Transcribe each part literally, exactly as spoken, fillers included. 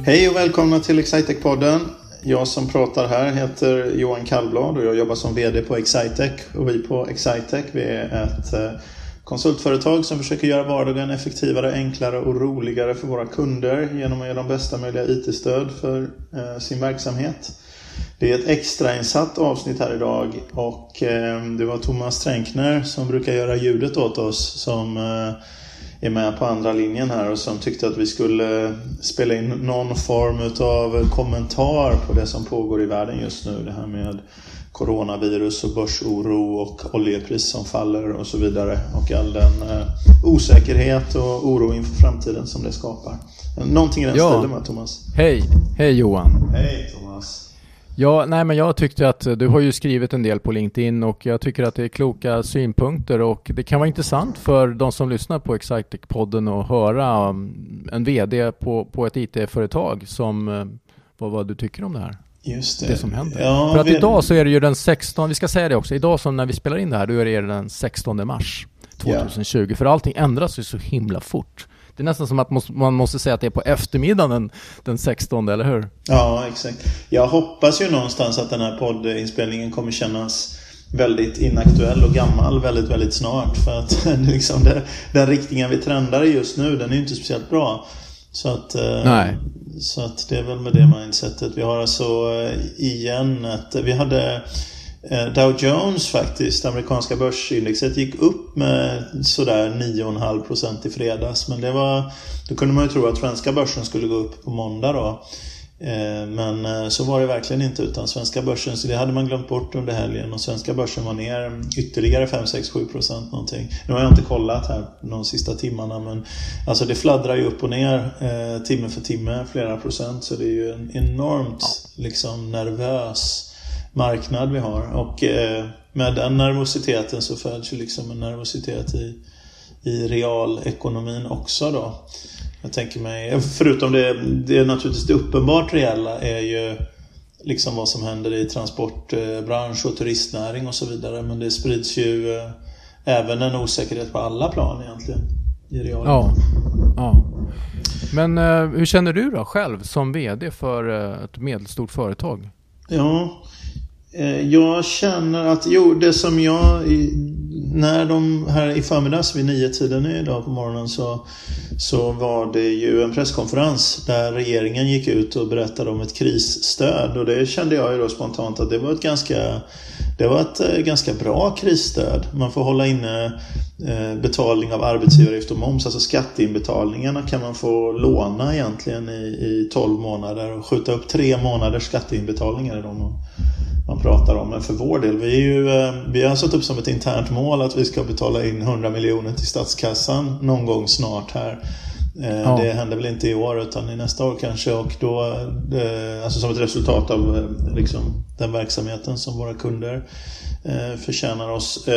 Hej och välkomna till Excitec-podden. Jag som pratar här heter Johan Kallblad och jag jobbar som vd på Excitec. Och vi på Excitec, vi är ett konsultföretag som försöker göra vardagen effektivare, enklare och roligare för våra kunder genom att ge dem bästa möjliga I T-stöd för eh, sin verksamhet. Det är ett extrainsatt avsnitt här idag och eh, det var Thomas Tränkner som brukar göra ljudet åt oss som eh, är med på andra linjen här och som tyckte att vi skulle spela in någon form av kommentar på det som pågår i världen just nu. Det här med coronavirus och börsoro och oljepris som faller och så vidare. Och all den eh, osäkerhet och oro inför framtiden som det skapar. Någonting i den ja. stilen med Thomas. Hej, hej Johan. Hej Thomas. Ja, nej men jag tyckte att du har ju skrivit en del på LinkedIn och jag tycker att det är kloka synpunkter och det kan vara intressant för de som lyssnar på Excitec-podden att höra en vd på, på ett I T-företag som vad, vad du tycker om det här. Just det. Det som händer. Ja, för att vi... idag så är det ju den sextonde, vi ska säga det också, idag som när vi spelar in det här, då är det den sextonde mars tjugohundratjugo. Ja. För allting ändras ju så himla fort. Det är nästan som att man måste säga att det är på eftermiddagen den, den sextonde, eller hur? Ja, exakt. Jag hoppas ju någonstans att den här poddinspelningen kommer kännas väldigt inaktuell och gammal väldigt, väldigt snart. För att liksom det, den riktningen vi trendar i just nu, den är ju inte speciellt bra. Så att, Nej. så att det är väl med det mindsetet. Vi har alltså igen att vi hade... Dow Jones faktiskt, amerikanska börsindexet, gick upp med sådär nio komma fem procent i fredags. Men det var, då kunde man ju tro att svenska börsen skulle gå upp på måndag då. Men så var det verkligen inte, utan svenska börsen, så det hade man glömt bort under helgen. Och svenska börsen var ner ytterligare fem, sex, sju procent någonting. Nu har jag inte kollat här de sista timmarna, men alltså det fladdrar ju upp och ner eh, timme för timme, flera procent. Så det är ju en enormt liksom nervös marknad vi har, och eh, med den nervositeten så föds ju liksom en nervositet i, i realekonomin också då. Jag tänker mig, förutom det, det är naturligtvis det uppenbart reella är ju liksom vad som händer i transportbransch och turistnäring och så vidare, men det sprids ju eh, även en osäkerhet på alla plan egentligen i realekonomin. Ja, ja. Men eh, hur känner du då själv som vd för eh, ett medelstort företag? Ja, jag känner att jo, det som jag när de här i förmiddags vid nio tiden idag på morgonen så, så var det ju en presskonferens där regeringen gick ut och berättade om ett krisstöd, och det kände jag ju då spontant att det var ett ganska det var ett ganska bra krisstöd. Man får hålla inne betalning av arbetsgivaravgift och moms, alltså skatteinbetalningarna kan man få låna egentligen i, i tolv månader och skjuta upp tre månaders skatteinbetalningar i dem man pratar om. Men för vår del, vi, är ju, vi har satt upp som ett internt mål att vi ska betala in hundra miljoner till statskassan någon gång snart här. Ja. Det händer väl inte i år utan i nästa år kanske, och då alltså som ett resultat av liksom, den verksamheten som våra kunder förtjänar oss.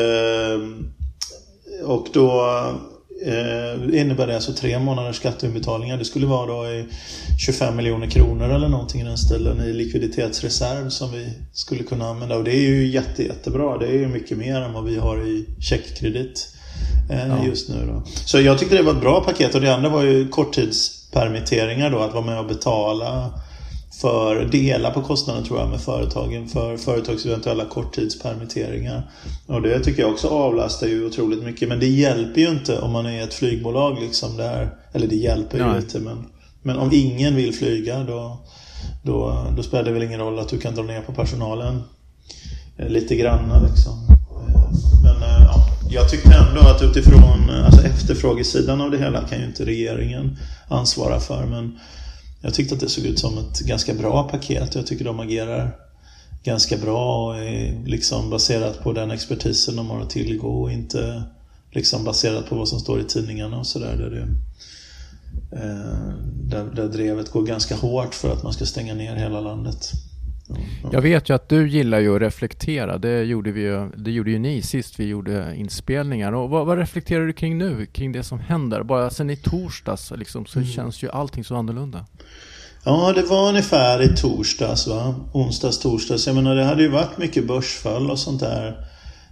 Och då innebär det alltså tre månaders skatteinbetalningar. Det skulle vara då i tjugofem miljoner kronor eller någonting i den stilen i likviditetsreserv som vi skulle kunna använda, och det är ju jätte, jättebra. Det är ju mycket mer än vad vi har i checkkredit eh, ja. just nu då. Så jag tyckte det var ett bra paket, och det andra var ju korttidspermitteringar då, att vara med och betala för dela på kostnaden tror jag med företagen för företags eventuella korttidspermitteringar. Och det tycker jag också avlastar ju otroligt mycket, men det hjälper ju inte om man är ett flygbolag liksom där, eller det hjälper ju inte, men, men om ingen vill flyga då, då, då spelar det väl ingen roll att du kan dra ner på personalen lite grann liksom. Men ja, jag tyckte ändå att utifrån alltså efterfrågesidan av det hela kan ju inte regeringen ansvara för, men jag tyckte att det såg ut som ett ganska bra paket. Jag tycker de agerar ganska bra och är liksom baserat på den expertisen de har att tillgå och inte liksom baserat på vad som står i tidningarna och sådär. Där, det, eh, där, där drevet går ganska hårt för att man ska stänga ner hela landet. Ja. Jag vet ju att du gillar ju att reflektera. Det gjorde, vi ju, det gjorde ju ni sist vi gjorde inspelningar. Och vad, vad reflekterar du kring nu? Kring det som händer? Bara sen i torsdags liksom, så mm. känns ju allting så annorlunda. Ja, det var ungefär i torsdags va? Onsdags, torsdags. Jag menar, det hade ju varit mycket börsfall och sånt där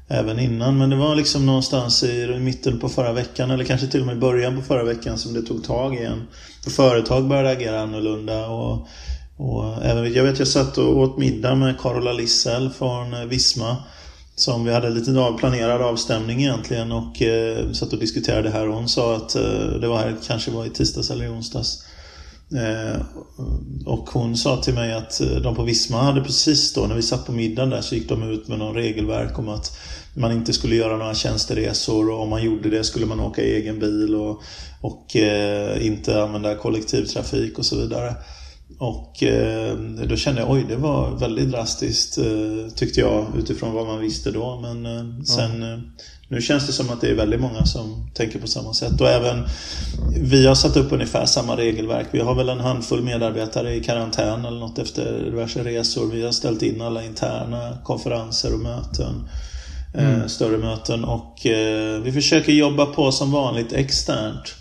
även innan. Men det var liksom någonstans i mitten på förra veckan, eller kanske till och med i början på förra veckan, som det tog tag igen. För företag började agera annorlunda. Och, och även, jag vet jag satt och åt middag med Carola Lissell från Visma, som vi hade lite avplanerad avstämning egentligen, och eh, satt och diskuterade det här, och hon sa att eh, det var här, kanske var i tisdags eller i onsdags, eh, och hon sa till mig att de på Visma hade precis då, när vi satt på middagen där, så gick de ut med någon regelverk om att man inte skulle göra några tjänsteresor, och om man gjorde det skulle man åka i egen bil och, och eh, inte använda kollektivtrafik och så vidare. Och eh, då kände jag, oj, det var väldigt drastiskt, eh, tyckte jag, utifrån vad man visste då. Men eh, sen, eh, nu känns det som att det är väldigt många som tänker på samma sätt. Och även, vi har satt upp ungefär samma regelverk. Vi har väl en handfull medarbetare i karantän eller något efter diverse resor. Vi har ställt in alla interna konferenser och möten, eh, mm. större möten. Och eh, vi försöker jobba på som vanligt externt.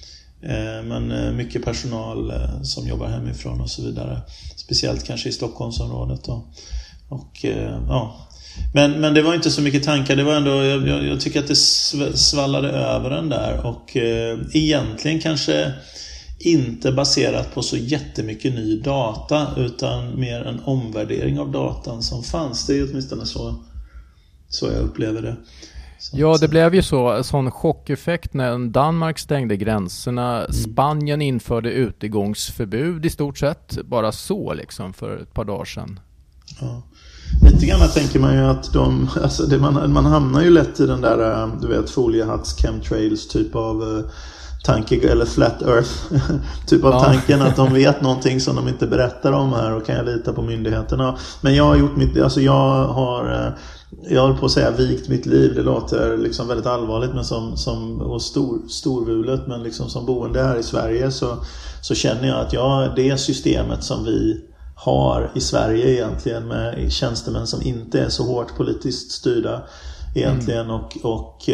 Men mycket personal som jobbar hemifrån och så vidare. Speciellt kanske i Stockholmsområdet då. Och, ja. men, men det var inte så mycket tankar. Det var ändå, jag, jag tycker att det svallade över den där. Och eh, egentligen kanske inte baserat på så jättemycket ny data, utan mer en omvärdering av datan som fanns. Det är åtminstone så, så jag upplever det. Ja, det blev ju så, en sån chockeffekt när Danmark stängde gränserna. Mm. Spanien införde utegångsförbud i stort sett, bara så liksom, för ett par dagar sedan. Ja. Lite grann tänker man ju att de, alltså det, man, man hamnar ju lätt i den där, du vet, foliehatts, chemtrails typ av tanke, eller flat earth typ av ja. tanken, att de vet någonting som de inte berättar om här, och kan jag lita på myndigheterna. Men jag har gjort mitt, alltså jag har jag håller på att säga vikt mitt liv, det låter liksom väldigt allvarligt, men som, som och stor, storvulet, men liksom som boende här i Sverige så, så känner jag att jag, det systemet som vi har i Sverige egentligen, med tjänstemän som inte är så hårt politiskt styrda egentligen, mm. och, och,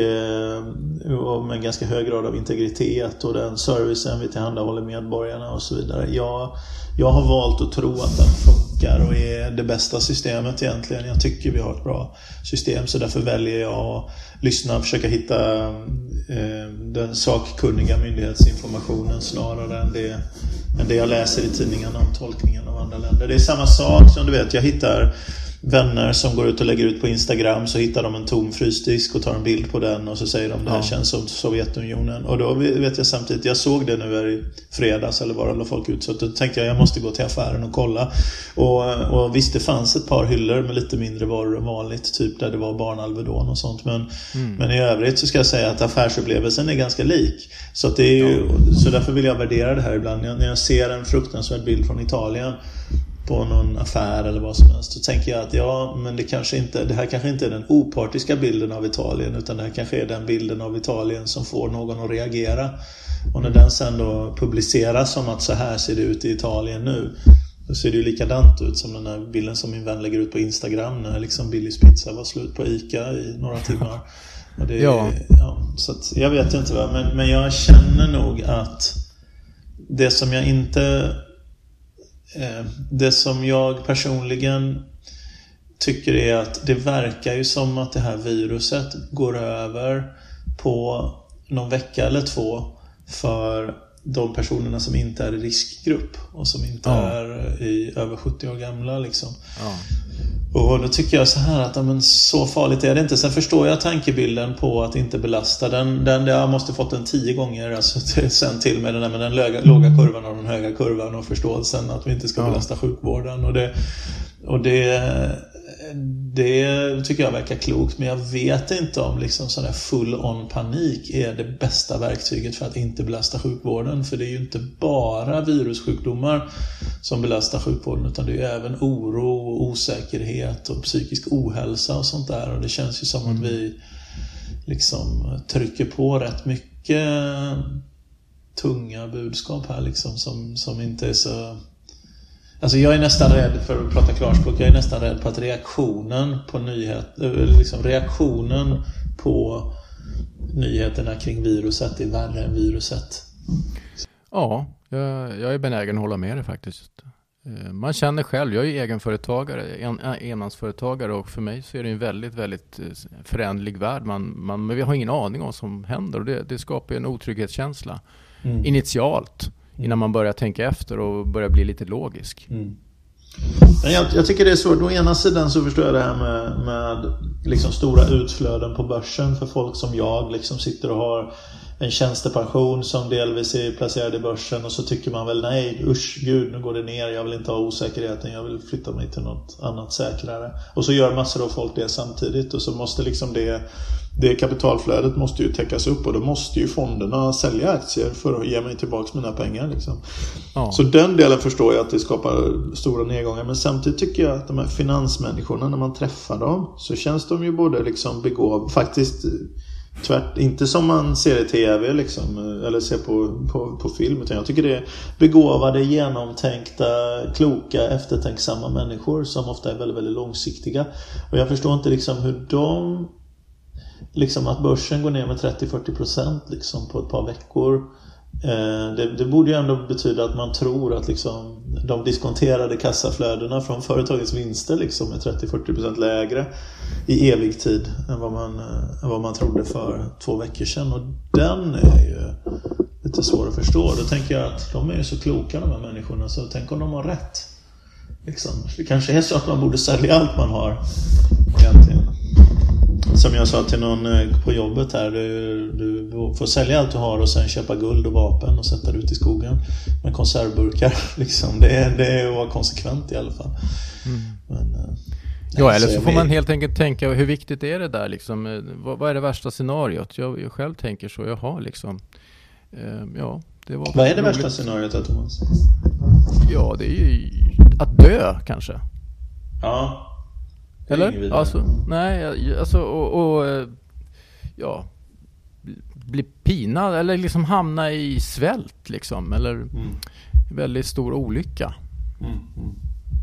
och med ganska hög grad av integritet, och den servicen vi tillhandahåller medborgarna och så vidare. Jag, jag har valt att tro att den funkar och är det bästa systemet egentligen. Jag tycker vi har ett bra system, så därför väljer jag att lyssna och försöka hitta eh, den sakkunniga myndighetsinformationen snarare än det, än det jag läser i tidningarna om tolkningen av andra länder. Det är samma sak som du vet, jag hittar vänner som går ut och lägger ut på Instagram, så hittar de en tom frysdisk och tar en bild på den, och så säger de det här ja. känns som Sovjetunionen. Och då vet jag samtidigt, jag såg det nu här i fredags eller var det folk ut, så då tänkte jag jag måste gå till affären och kolla. Och, och visst, det fanns ett par hyllor med lite mindre varor än vanligt, typ där det var barnalvedon och sånt, men, mm. men i övrigt så ska jag säga att affärsupplevelsen är ganska lik. Så, att det är ju, ja. så därför vill jag värdera det här ibland. När jag ser en fruktansvärd bild från Italien på någon affär eller vad som helst, så tänker jag att ja, men det kanske inte, det här kanske inte är den opartiska bilden av Italien, utan det här kanske är den bilden av Italien som får någon att reagera. Och när den sen då publiceras som att så här ser det ut i Italien nu, då ser det ju likadant ut som den här bilden som min vän lägger ut på Instagram när liksom Billys pizza var slut på Ica i några timmar. Och det, ja. Ja, så att jag vet inte vad, men, men jag känner nog att det som jag inte det som jag personligen tycker är att det verkar ju som att det här viruset går över på någon vecka eller två för de personerna som inte är i riskgrupp och som inte ja. är i över sjuttio år gamla liksom. Ja. Och då tycker jag så här att ja, men så farligt är det inte. Sen förstår jag tankebilden på att inte belasta den. Den jag måste fått den tio gånger alltså, sen till med den, där, med den löga, låga kurvan och den höga kurvan och förståelsen att vi inte ska belasta ja. sjukvården. Och det, och det, det tycker jag verkar klokt. Men jag vet inte om liksom sån där full-on panik är det bästa verktyget för att inte belasta sjukvården. För det är ju inte bara virussjukdomar som belastar sjukvården, utan det är ju även oro och osäkerhet och psykisk ohälsa och sånt där. Och det känns ju som mm. att vi liksom trycker på rätt mycket tunga budskap här liksom, som, som inte är så... Alltså jag är nästan rädd, för att prata klarspråk, jag är nästan rädd på att reaktionen på nyheter, liksom reaktionen på nyheterna kring viruset är värre än viruset. Ja, jag, jag är benägen att hålla med dig faktiskt. Man känner själv, jag är ju egenföretagare, en, enmansföretagare, och för mig så är det en väldigt, väldigt förändlig värld. Man, man, men vi har ingen aning om vad som händer, och det, det skapar en otrygghetskänsla mm. initialt innan man börjar tänka efter och börjar bli lite logisk. Mm. Jag, jag tycker det är svårt. Å ena sidan så förstår jag det här med, med liksom stora utflöden på börsen för folk som jag liksom sitter och har en tjänstepension som delvis är placerad i börsen, och så tycker man väl nej, usch gud, nu går det ner, jag vill inte ha osäkerheten, jag vill flytta mig till något annat säkrare. Och så gör massor av folk det samtidigt, och så måste liksom det, det kapitalflödet måste ju täckas upp, och då måste ju fonderna sälja aktier för att ge mig tillbaka mina pengar liksom. Ja. Så den delen förstår jag att det skapar stora nedgångar, men samtidigt tycker jag att de här finansmänniskorna, när man träffar dem så känns de ju både liksom begåv, faktiskt tvärt, inte som man ser i tv liksom, eller ser på, på, på film, utan jag tycker det är begåvade, genomtänkta, kloka, eftertänksamma människor som ofta är väldigt, väldigt långsiktiga. Och jag förstår inte liksom hur de liksom, att börsen går ner med trettio till fyrtio procent liksom på ett par veckor. Eh, det, det borde ju ändå betyda att man tror att liksom, de diskonterade kassaflödena från företagets vinster liksom är trettio till fyrtio procent lägre i evig tid än vad man, än vad man trodde för två veckor sedan. Och den är ju lite svår att förstå. Då tänker jag att de är ju så kloka, de här människorna, så tänk om de har rätt. Liksom. Det kanske är så att man borde sälja allt man har egentligen. Som jag sa till någon på jobbet här, du, du får sälja allt du har och sen köpa guld och vapen och sätta det ut i skogen med konservburkar. Liksom. Det, är, det är att vara konsekvent i alla fall. Mm. Men, ja, eller så får man helt enkelt tänka, hur viktigt är det där? Liksom, vad, vad är det värsta scenariot? Jag, jag själv tänker så, jag har liksom... Eh, ja, det var vad är det roligt. Värsta scenariot då, Thomas? Ja, det är ju att dö kanske. Ja. Eller? Alltså, nej, alltså, och, och ja, bli pinad eller liksom hamna i svält liksom, eller mm. väldigt stor olycka. Mm, mm.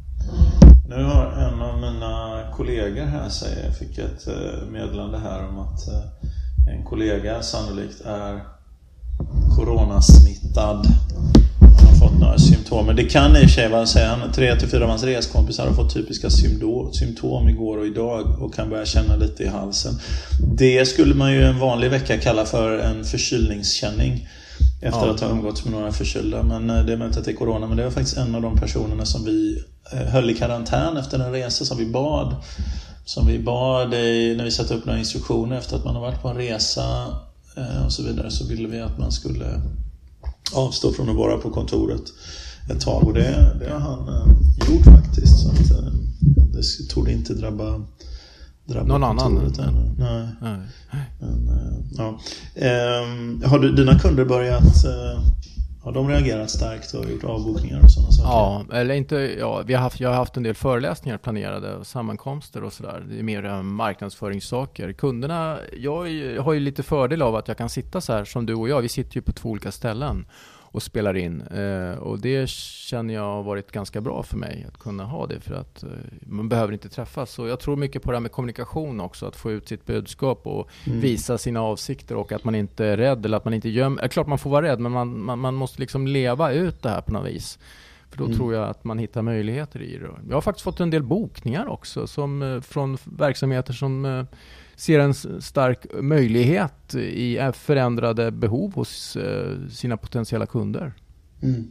Nu har en av mina kollegor här säger, jag fick ett meddelande här om att en kollega sannolikt är coronasmittad. Han har fått några symptom, men det kan i sig vara, säger han, tre till fyra av hans reskompisar har fått typiska symptom igår och idag och kan börja känna lite i halsen. Det skulle man ju en vanlig vecka kalla för en förkylningskänning efter ja. Att ha umgåtts med några förkylda, men det är möjligt att det är corona. Men det var faktiskt en av de personerna som vi höll i karantän efter en resa, som vi bad som vi bad i, när vi satte upp några instruktioner efter att man har varit på en resa och så vidare, så ville vi att man skulle avstå från att vara på kontoret ett tag, och det, det har han äh, gjort faktiskt, så att äh, det tog inte drabba, drabba någon annan. Nej. Nej. Men, äh, ja. ähm, har du, dina kunder börjat äh, har de reagerat starkt och gjort avbokningar och sådana saker? Ja, eller inte, ja, vi har haft, jag har haft en del föreläsningar planerade, sammankomster och sådär. Det är mer marknadsföringssaker. Kunderna, jag har ju lite fördel av att jag kan sitta så här som du och jag. Vi sitter ju på två olika ställen och spelar in. Eh, och det känner jag har varit ganska bra för mig att kunna ha det, för att eh, man behöver inte träffas. Så jag tror mycket på det här med kommunikation också, att få ut sitt budskap och mm. visa sina avsikter, och att man inte är rädd eller att man inte gömmer. Klart man får vara rädd, men man, man, man måste liksom leva ut det här på något vis. För då mm. tror jag att man hittar möjligheter i det. Jag har faktiskt fått en del bokningar också som, från verksamheter som ser en stark möjlighet i förändrade behov hos sina potentiella kunder. Mm.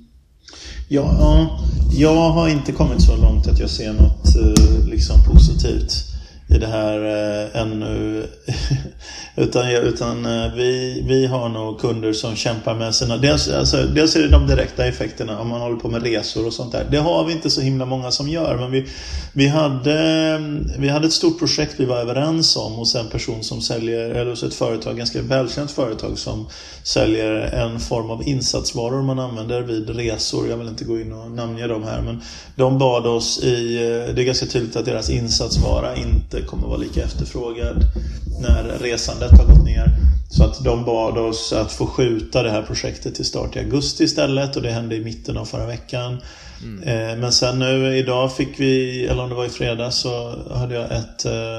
Ja, jag har inte kommit så långt att jag ser något liksom positivt i det här äh, ännu utan, utan äh, vi, vi har nog kunder som kämpar med sina, dels, alltså, dels är det de direkta effekterna om man håller på med resor och sånt där. Det har vi inte så himla många som gör, men vi, vi, hade, vi hade ett stort projekt vi var överens om hos en person som säljer, eller hos ett företag, ganska välkänt företag som säljer en form av insatsvaror man använder vid resor. Jag vill inte gå in och namnge dem här, men de bad oss i, det är ganska tydligt att deras insatsvara inte kommer vara lika efterfrågad när resandet har gått ner, så att de bad oss att få skjuta det här projektet till start i augusti istället, och det hände i mitten av förra veckan. Mm. eh, men sen nu idag fick vi, eller om det var i fredag, så hade jag ett, eh,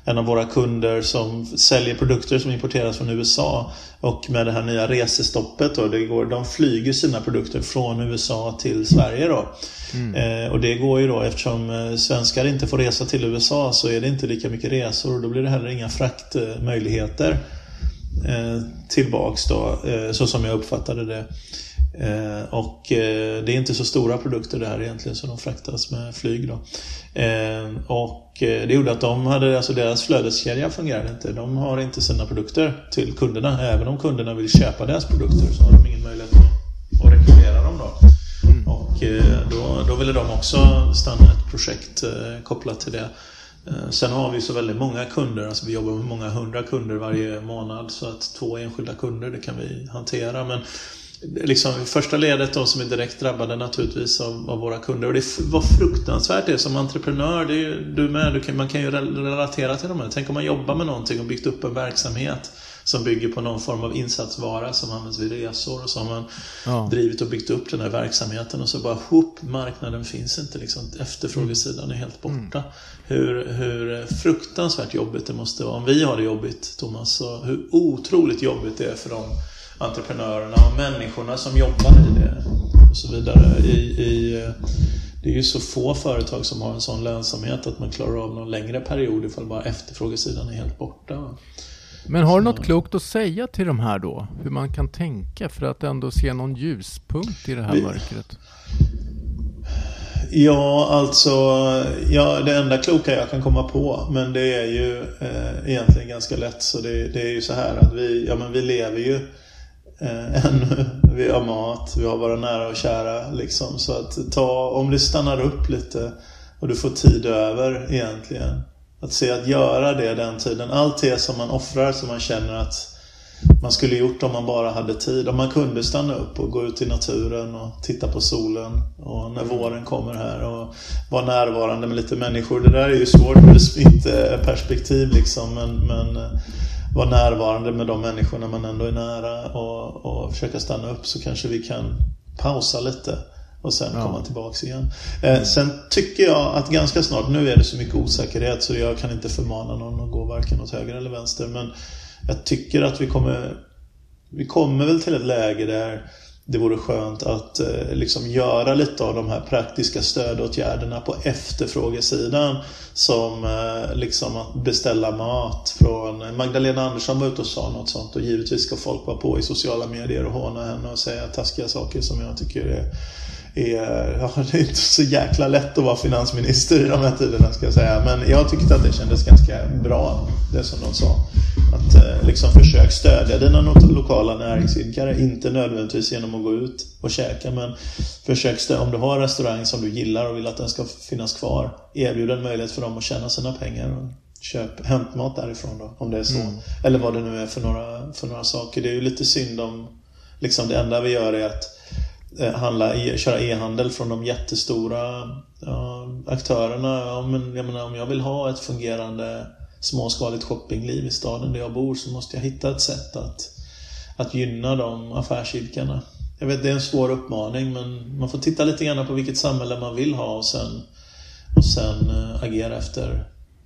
en av våra kunder som säljer produkter som importeras från U S A, och med det här nya resestoppet då, det går, de flyger sina produkter från U S A till Sverige då. Mm. Eh, och det går ju då, eftersom eh, svenskar inte får resa till U S A, så är det inte lika mycket resor, och då blir det heller inga fraktmöjligheter eh, tillbaks då, eh, så som jag uppfattade det. Eh, och eh, det är inte så stora produkter det här egentligen, så de fraktas med flyg då. Eh, och eh, det gjorde att de hade, alltså deras flödeskedja fungerade inte. De har inte sina produkter till kunderna. Även om kunderna vill köpa deras produkter så har de ingen möjlighet att, att rekvirera dem då. Mm. Och eh, då, då ville de också stanna ett projekt eh, kopplat till det. Eh, sen har vi så väldigt många kunder, alltså vi jobbar med många hundra kunder varje månad, så att två enskilda kunder, det kan vi hantera. Men liksom första ledet då, som är direkt drabbade naturligtvis av, av våra kunder, och det var fruktansvärt det som entreprenör, det är ju, du med, du kan, man kan ju relatera till de här. Tänk om man jobbar med någonting och byggt upp en verksamhet som bygger på någon form av insatsvara som används vid resor, och så har man ja. drivit och byggt upp den här verksamheten, och så bara hopp, marknaden finns inte liksom, efterfrågesidan är helt borta. Mm. Hur, hur fruktansvärt jobbigt det måste vara. Om vi har det jobbigt, Thomas, så hur otroligt jobbigt det är för dem, entreprenörerna och människorna som jobbar i det och så vidare. I, i, det är ju så få företag som har en sån lönsamhet att man klarar av någon längre period ifall bara efterfrågesidan är helt borta. Men har du något klokt att säga till de här då? Hur man kan tänka för att ändå se någon ljuspunkt i det här Vi, mörkret? Ja, alltså ja, det enda kloka jag kan komma på, men det är ju eh, egentligen ganska lätt, så det, det är ju så här att vi, ja, men vi lever ju ännu, vi har mat, vi har våra nära och kära liksom, så att ta, om det stannar upp lite och du får tid över egentligen, att se att göra det den tiden, allt det som man offrar, som man känner att man skulle gjort om man bara hade tid, om man kunde stanna upp och gå ut i naturen och titta på solen, och när våren kommer här och vara närvarande med lite människor. Det där är ju svårt ur ett perspektiv liksom, men, men vara närvarande med de människorna man ändå är nära, och, och försöka stanna upp, så kanske vi kan pausa lite och sen ja. komma tillbaka igen. Eh, sen tycker jag att ganska snart, nu är det så mycket osäkerhet så jag kan inte förmana någon att gå varken åt höger eller vänster, men jag tycker att vi kommer vi kommer väl till ett läge där det vore skönt att eh, liksom göra lite av de här praktiska stödåtgärderna på efterfrågesidan, som eh, liksom att beställa mat från Magdalena Andersson var ute och sa något sånt, och givetvis ska folk vara på i sociala medier och håna henne och säga taskiga saker som jag tycker är, är ja, det är inte så jäkla lätt att vara finansminister i de här tiderna, ska jag säga, men jag tyckte att det kändes ganska bra det som de sa, att eh, liksom försök stödja dina lokala näringsidkare, inte nödvändigtvis genom att gå ut och käka, men försök stödja, om du har en restaurang som du gillar och vill att den ska finnas kvar, erbjud en möjlighet för dem att tjäna sina pengar och köp hämtmat därifrån då, om det är så, mm. eller vad det nu är för några, för några saker. Det är ju lite synd om liksom det enda vi gör är att handla, köra e-handel från de jättestora ja, aktörerna. Ja, men jag menar, om jag vill ha ett fungerande småskaligt shoppingliv i staden där jag bor, så måste jag hitta ett sätt att, att gynna de affärsidkarna. Jag vet, det är en svår uppmaning, men man får titta lite grann på vilket samhälle man vill ha, och sen, och sen äh, agera efter,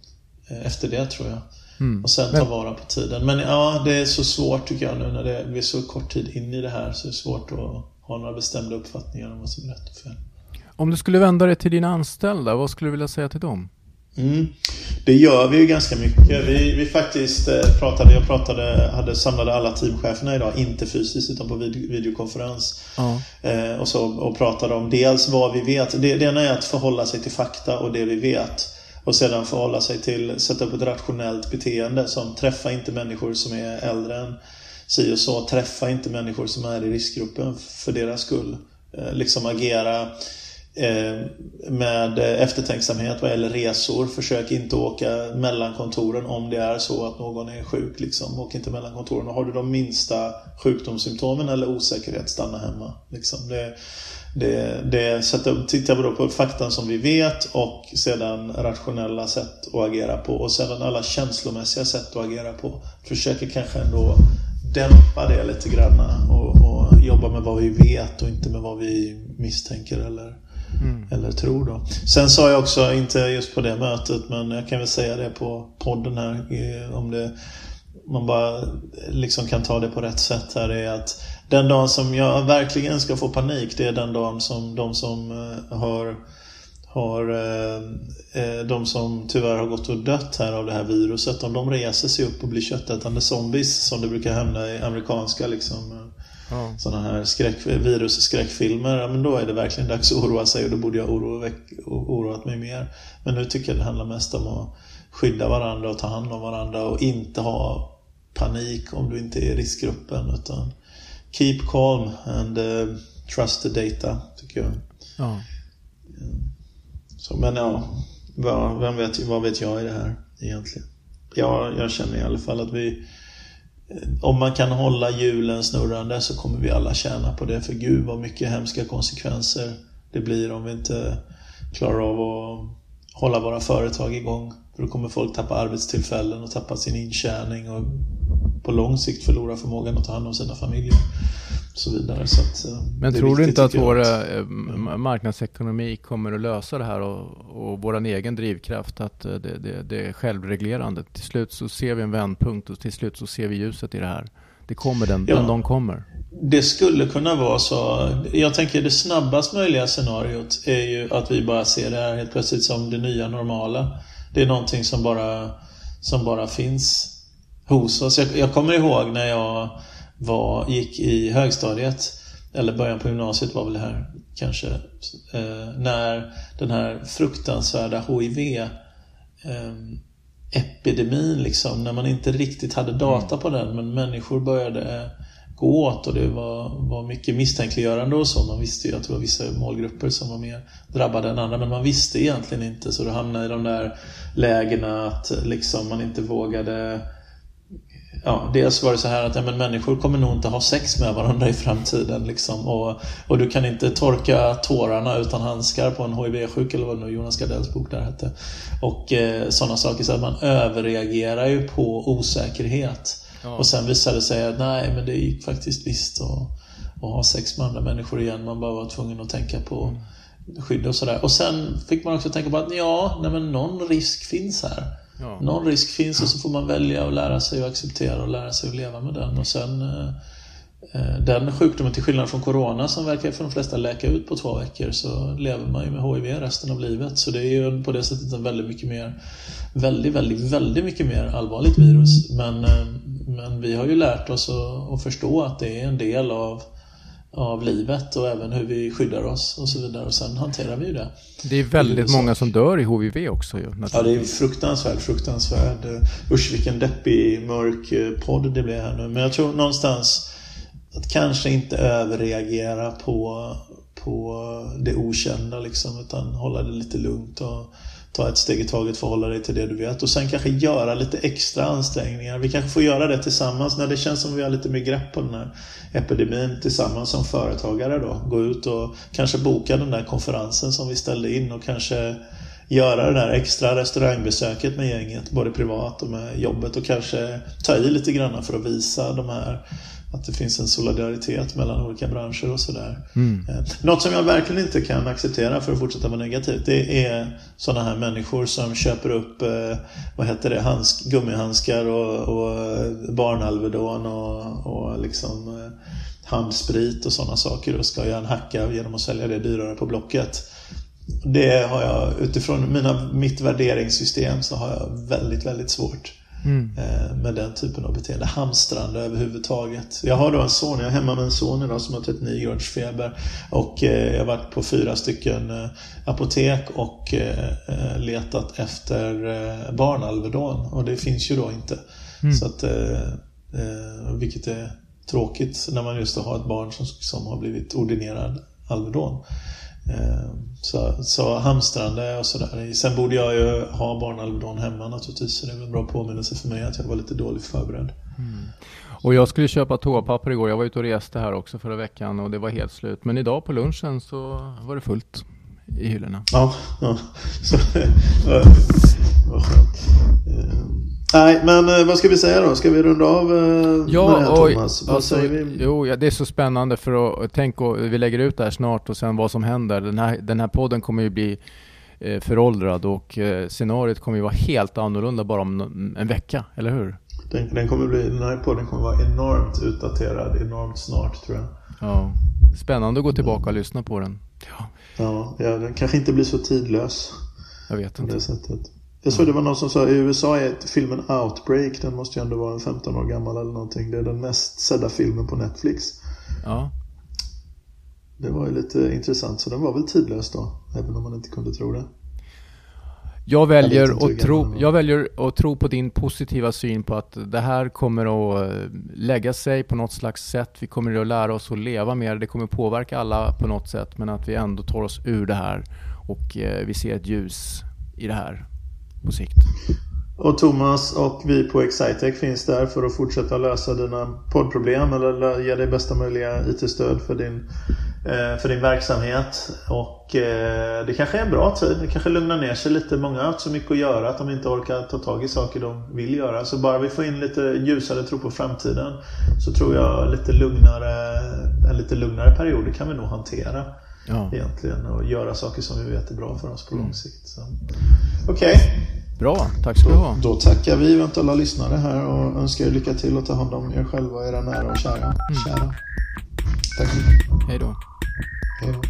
äh, efter det, tror jag. Mm. Och sen ta men... vara på tiden. Men ja, det är så svårt tycker jag nu när det, vi är så kort tid in i det här, så är det svårt att ha några bestämda uppfattningar om vad som är rätt och fel. Om du skulle vända dig till dina anställda, vad skulle du vilja säga till dem? Mm. Det gör vi ju ganska mycket. Vi, vi faktiskt pratade, jag pratade, hade samlade alla teamcheferna idag, inte fysiskt utan på video, videokonferens. Ja. Eh, och, så, och pratade om dels vad vi vet. Det, det ena är att förhålla sig till fakta och det vi vet. Och sedan förhålla sig till, sätta upp ett rationellt beteende som träffar inte människor som är äldre än si och så, träffa inte människor som är i riskgruppen för deras skull. Eh, liksom agera eh, med eftertänksamhet vad gäller resor. Försök inte åka mellan kontoren om det är så att någon är sjuk. Liksom. Åk inte mellan kontoren. Och har du de minsta sjukdomssymptomen eller osäkerhet, stanna hemma. Liksom. Det, det, det sätter, tittar vi då på faktan som vi vet, och sedan rationella sätt att agera på, och sedan alla känslomässiga sätt att agera på. Försöker kanske ändå dämpa det lite grann och, och jobba med vad vi vet och inte med vad vi misstänker eller mm. eller tror då. Sen sa jag också, inte just på det mötet, men jag kan väl säga det på podden här, om det, man bara liksom kan ta det på rätt sätt här, är att den dagen som jag verkligen ska få panik, det är den dagen som de som har har eh, de som tyvärr har gått och dött här av det här viruset, om de reser sig upp och blir köttätande zombies, som det brukar hända i amerikanska liksom, ja. sådana här skräck, virusskräckfilmer, ja, men då är det verkligen dags att oroa sig, och då borde jag oroa, oroat mig mer. Men nu tycker jag det handlar mest om att skydda varandra och ta hand om varandra och inte ha panik om du inte är i riskgruppen, utan keep calm and uh, trust the data, tycker jag. Ja. Så, men ja, vad, vem vet, vad vet jag i det här egentligen? Ja, jag känner i alla fall att vi, om man kan hålla hjulen snurrande, så kommer vi alla tjäna på det. För gud vad mycket hemska konsekvenser det blir om vi inte klarar av att hålla våra företag igång. För då kommer folk tappa arbetstillfällen och tappa sin intjäning och på lång sikt förlora förmågan att ta hand om sina familjer och så vidare. Så att, men tror du inte att vår att... marknadsekonomi kommer att lösa det här, och, och vår egen drivkraft, att det, det, det är självreglerande? Till slut så ser vi en vändpunkt, och till slut så ser vi ljuset i det här. Det kommer den, ja, den de kommer. Det skulle kunna vara så. Jag tänker det snabbast möjliga scenariot är ju att vi bara ser det här helt plötsligt som det nya normala. Det är någonting som bara, som bara finns hos oss. Jag, jag kommer ihåg när jag var, gick i högstadiet, eller början på gymnasiet var väl det här kanske, eh, när den här fruktansvärda H I V eh, epidemin liksom, när man inte riktigt hade data på den, men människor började gå åt, och det var, var mycket misstänkliggörande och så. Man visste ju att det var vissa målgrupper som var mer drabbade än andra, men man visste egentligen inte, så då hamnade i de där lägena att liksom man inte vågade. Ja, dels var det så här att ja, men människor kommer nog inte ha sex med varandra i framtiden liksom, och, och du kan inte torka tårarna utan handskar på en H I V-sjuk, eller vad nu Jonas Gardells bok där hette, och eh, sådana saker, så att man överreagerar ju på osäkerhet. Ja. Och sen visade det sig att nej, men det gick faktiskt visst att, att ha sex med andra människor igen. Man bara var tvungen att tänka på skydd och sådär. Och sen fick man också tänka på att ja, nej, men någon risk finns här. Ja. Någon risk finns, och så får man välja att lära sig att acceptera och lära sig att leva med den. Och sen eh, den sjukdomen, till skillnad från corona som verkar för de flesta läka ut på två veckor, så lever man ju med H I V resten av livet. Så det är ju på det sättet en väldigt mycket mer väldigt, väldigt, väldigt mycket mer allvarligt virus. Men, eh, men vi har ju lärt oss att, att förstå att det är en del av av livet, och även hur vi skyddar oss och så vidare, och sen hanterar vi ju det. Det är väldigt många som dör i H I V också ju, ja, det är fruktansvärt, fruktansvärt. Usch, vilken deppig, mörk podd det blir här nu. Men jag tror någonstans att kanske inte överreagera på, på det okända liksom, utan hålla det lite lugnt och ta ett steg i taget, förhålla dig till det du vet, och sen kanske göra lite extra ansträngningar. Vi kanske får göra det tillsammans när det känns som vi har lite mer grepp på den här epidemin tillsammans som företagare då. Gå ut och kanske boka den där konferensen som vi ställde in, och kanske göra det där extra restaurangbesöket med gänget, både privat och med jobbet, och kanske ta i lite grann för att visa de här att det finns en solidaritet mellan olika branscher och sådär. Mm. Något som jag verkligen inte kan acceptera, för att fortsätta vara negativt, det är sådana här människor som köper upp vad heter det, handsk, gummihandskar och, och barnalvedon och, och liksom handsprit och sådana saker, och ska göra en hacka genom att sälja det dyrare på Blocket. Det har jag, utifrån mina, mitt värderingssystem, så har jag väldigt, väldigt svårt Mm. med den typen av beteende, hamstrande överhuvudtaget. Jag har då en son, jag är hemma med en son idag som har trettionio graders feber, och jag har varit på fyra stycken apotek och letat efter barnalvedon, och det finns ju då inte. Mm. Så att, vilket är tråkigt när man just har ett barn som, som har blivit ordinerad Alvedon. Så, så hamstrande och sådär. Sen borde jag ju ha barnalvedon hemma naturligtvis, så det är en bra påminnelse för mig att jag var lite dåligt förberedd. Mm. Och jag skulle köpa toapapper igår. Jag var ute och reste här också förra veckan, och det var helt slut. Men idag på lunchen så var det fullt i hyllorna. Ja, ja. Så, vad skönt. Nej, men eh, vad ska vi säga då? Ska vi runda av eh, ja, med det här, och, Thomas? Vad alltså, säger vi? Jo, ja, det är så spännande för att tänka, och vi lägger ut det här snart och sen vad som händer. Den här, den här podden kommer ju bli eh, föråldrad och eh, scenariot kommer ju vara helt annorlunda bara om en, en vecka, eller hur? Den, den, kommer bli, den här podden kommer vara enormt utdaterad, enormt snart tror jag. Ja, spännande att gå tillbaka och lyssna på den. Ja, ja, ja den kanske inte blir så tidlös. Jag vet inte. På det sättet. Jag såg det var någon som sa i U S A är filmen Outbreak, den måste ju ändå vara femton år gammal eller någonting. Det är den mest sedda filmen på Netflix. Ja. Det var ju lite intressant, så den var väl tidlös då, även om man inte kunde tro det. Jag väljer, att tro, jag väljer att tro på din positiva syn på att det här kommer att lägga sig på något slags sätt. Vi kommer att lära oss att leva mer. Det kommer påverka alla på något sätt, men att vi ändå tar oss ur det här och vi ser ett ljus i det här på sikt. Och Thomas och vi på Excitec finns där för att fortsätta lösa dina poddproblem eller ge dig bästa möjliga I T-stöd för din, för din verksamhet. Och det kanske är en bra tid, det kanske lugnar ner sig lite. Många har haft så mycket att göra att de inte orkar ta tag i saker de vill göra. Så bara vi får in lite ljusare tro på framtiden, så tror jag lite lugnare, en lite lugnare period kan vi nog hantera. Ja. Egentligen, och göra saker som vi vet är bra för oss på lång sikt. Okej. Okay. Bra, tack ska du ha. Då, då tackar vi eventuella lyssnare här och önskar er lycka till och ta hand om er själva och era nära och kära. Mm. kära. Tack. Hej då. Hej då.